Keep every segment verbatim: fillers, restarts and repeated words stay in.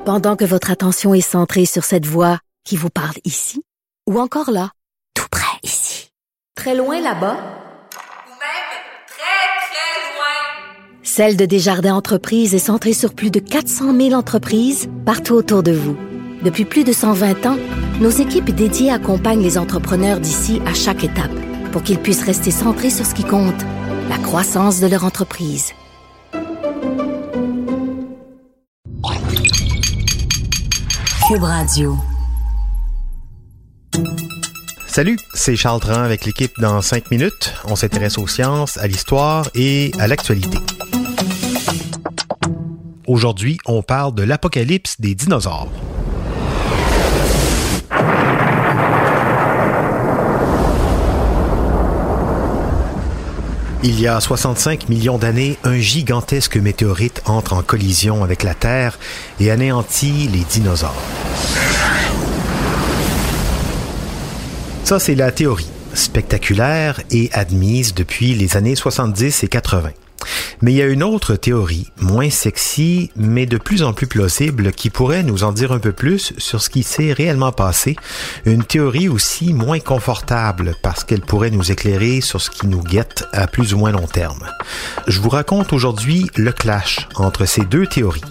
Pendant que votre attention est centrée sur cette voix qui vous parle ici, ou encore là, tout près ici, très loin là-bas, ou même très, très loin. Celle de Desjardins Entreprises est centrée sur plus de quatre cent mille entreprises partout autour de vous. Depuis plus de cent vingt ans, nos équipes dédiées accompagnent les entrepreneurs d'ici à chaque étape pour qu'ils puissent rester centrés sur ce qui compte, la croissance de leur entreprise. Cube Radio. Salut, c'est Charles Dran avec l'équipe dans cinq minutes. On s'intéresse aux sciences, à l'histoire et à l'actualité. Aujourd'hui, on parle de l'apocalypse des dinosaures. Il y a soixante-cinq millions d'années, un gigantesque météorite entre en collision avec la Terre et anéantit les dinosaures. Ça, c'est la théorie, spectaculaire et admise depuis les années soixante-dix et quatre-vingts. Mais il y a une autre théorie, moins sexy, mais de plus en plus plausible, qui pourrait nous en dire un peu plus sur ce qui s'est réellement passé. Une théorie aussi moins confortable, parce qu'elle pourrait nous éclairer sur ce qui nous guette à plus ou moins long terme. Je vous raconte aujourd'hui le clash entre ces deux théories.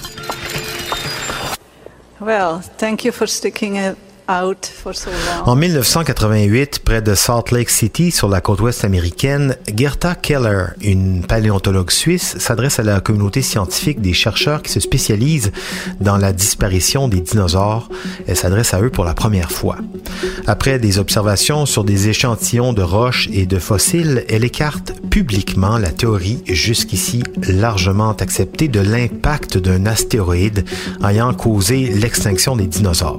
Well, thank you for sticking it. En dix-neuf cent quatre-vingt-huit, près de Salt Lake City, sur la côte ouest américaine, Gerta Keller, une paléontologue suisse, s'adresse à la communauté scientifique des chercheurs qui se spécialisent dans la disparition des dinosaures. Elle s'adresse à eux pour la première fois. Après des observations sur des échantillons de roches et de fossiles, elle écarte publiquement la théorie, jusqu'ici largement acceptée, de l'impact d'un astéroïde ayant causé l'extinction des dinosaures.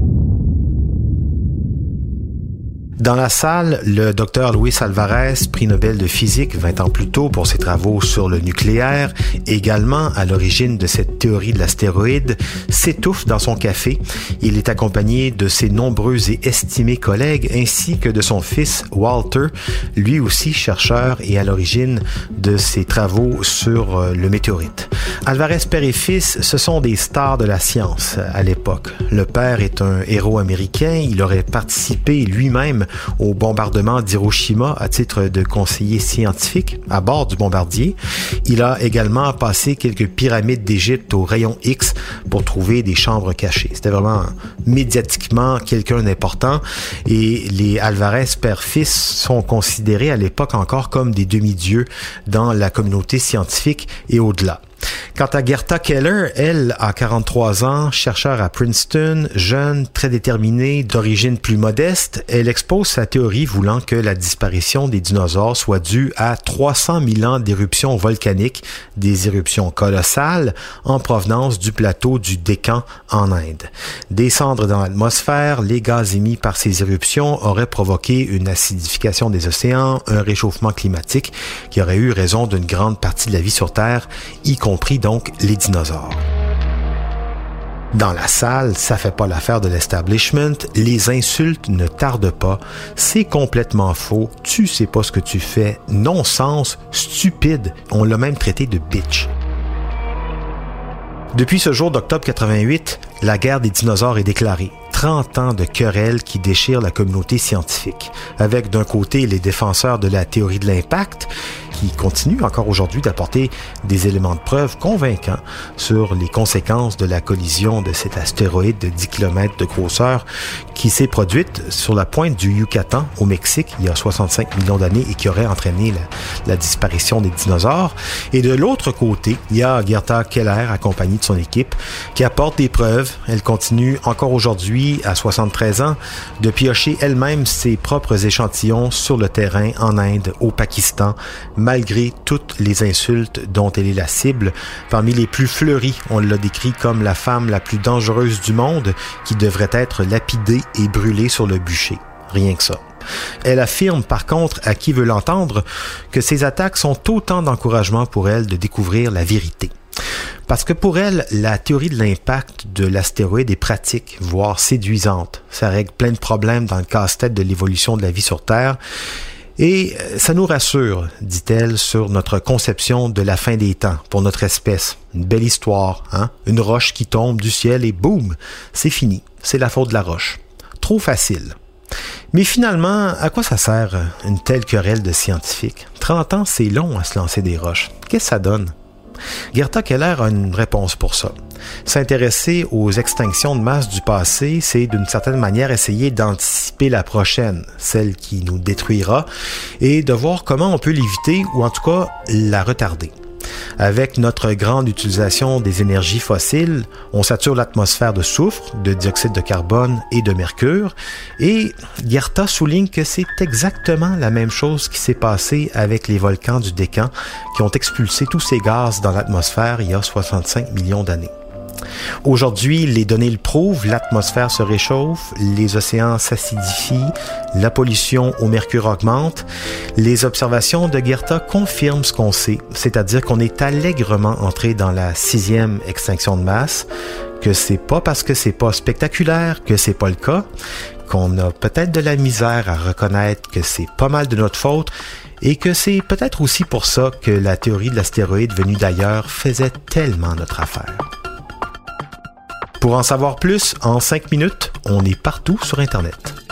Dans la salle, le docteur Luis Alvarez, prix Nobel de physique vingt ans plus tôt pour ses travaux sur le nucléaire, également à l'origine de cette théorie de l'astéroïde, s'étouffe dans son café. Il est accompagné de ses nombreux et estimés collègues ainsi que de son fils Walter, lui aussi chercheur et à l'origine de ses travaux sur le météorite. Alvarez père et fils, ce sont des stars de la science à l'époque. Le père est un héros américain, il aurait participé lui-même au bombardement d'Hiroshima à titre de conseiller scientifique à bord du bombardier. Il a également passé quelques pyramides d'Égypte au rayon X pour trouver des chambres cachées. C'était vraiment médiatiquement quelqu'un d'important et les Alvarez père-fils sont considérés à l'époque encore comme des demi-dieux dans la communauté scientifique et au-delà. Quant à Gerta Keller, elle a quarante-trois ans, chercheur à Princeton, jeune, très déterminée, d'origine plus modeste. Elle expose sa théorie voulant que la disparition des dinosaures soit due à trois cent mille ans d'éruptions volcaniques, des éruptions colossales en provenance du plateau du Décan en Inde. Des cendres dans l'atmosphère, les gaz émis par ces éruptions auraient provoqué une acidification des océans, un réchauffement climatique qui aurait eu raison d'une grande partie de la vie sur Terre, y compris donc les dinosaures. Dans la salle, ça fait pas l'affaire de l'establishment, les insultes ne tardent pas, c'est complètement faux, tu sais pas ce que tu fais, non-sens, stupide, on l'a même traité de bitch. Depuis ce jour d'octobre quatre-vingt-huit, la guerre des dinosaures est déclarée. trente ans de querelles qui déchirent la communauté scientifique, avec d'un côté les défenseurs de la théorie de l'impact, qui continuent encore aujourd'hui d'apporter des éléments de preuve convaincants sur les conséquences de la collision de cet astéroïde de dix kilomètres de grosseur qui s'est produite sur la pointe du Yucatan au Mexique il y a soixante-cinq millions d'années et qui aurait entraîné la, la disparition des dinosaures. Et de l'autre côté, il y a Gerta Keller, accompagnée de son équipe, qui apporte des preuves. Elle continue encore aujourd'hui, à soixante-treize ans, de piocher elle-même ses propres échantillons sur le terrain en Inde, au Pakistan, malgré toutes les insultes dont elle est la cible. Parmi les plus fleuries, on l'a décrit comme la femme la plus dangereuse du monde qui devrait être lapidée et brûlée sur le bûcher. Rien que ça. Elle affirme par contre, à qui veut l'entendre, que ces attaques sont autant d'encouragement pour elle de découvrir la vérité. Parce que pour elle, la théorie de l'impact de l'astéroïde est pratique, voire séduisante. Ça règle plein de problèmes dans le casse-tête de l'évolution de la vie sur Terre. Et ça nous rassure, dit-elle, sur notre conception de la fin des temps pour notre espèce. Une belle histoire, hein? Une roche qui tombe du ciel et boum, c'est fini. C'est la faute de la roche. Trop facile. Mais finalement, à quoi ça sert une telle querelle de scientifiques? trente ans, c'est long à se lancer des roches. Qu'est-ce que ça donne? Gerta Keller a une réponse pour ça. S'intéresser aux extinctions de masse du passé, c'est d'une certaine manière essayer d'anticiper la prochaine, celle qui nous détruira, et de voir comment on peut l'éviter ou en tout cas la retarder. Avec notre grande utilisation des énergies fossiles, on sature l'atmosphère de soufre, de dioxyde de carbone et de mercure. Et Gerta souligne que c'est exactement la même chose qui s'est passé avec les volcans du Décan qui ont expulsé tous ces gaz dans l'atmosphère il y a soixante-cinq millions d'années. Aujourd'hui, les données le prouvent, l'atmosphère se réchauffe, les océans s'acidifient, la pollution au mercure augmente. Les observations de Gerta confirment ce qu'on sait, c'est-à-dire qu'on est allègrement entré dans la sixième extinction de masse, que c'est pas parce que c'est pas spectaculaire que c'est pas le cas, qu'on a peut-être de la misère à reconnaître que c'est pas mal de notre faute, et que c'est peut-être aussi pour ça que la théorie de l'astéroïde venu d'ailleurs faisait tellement notre affaire. Pour en savoir plus, en cinq minutes, on est partout sur Internet.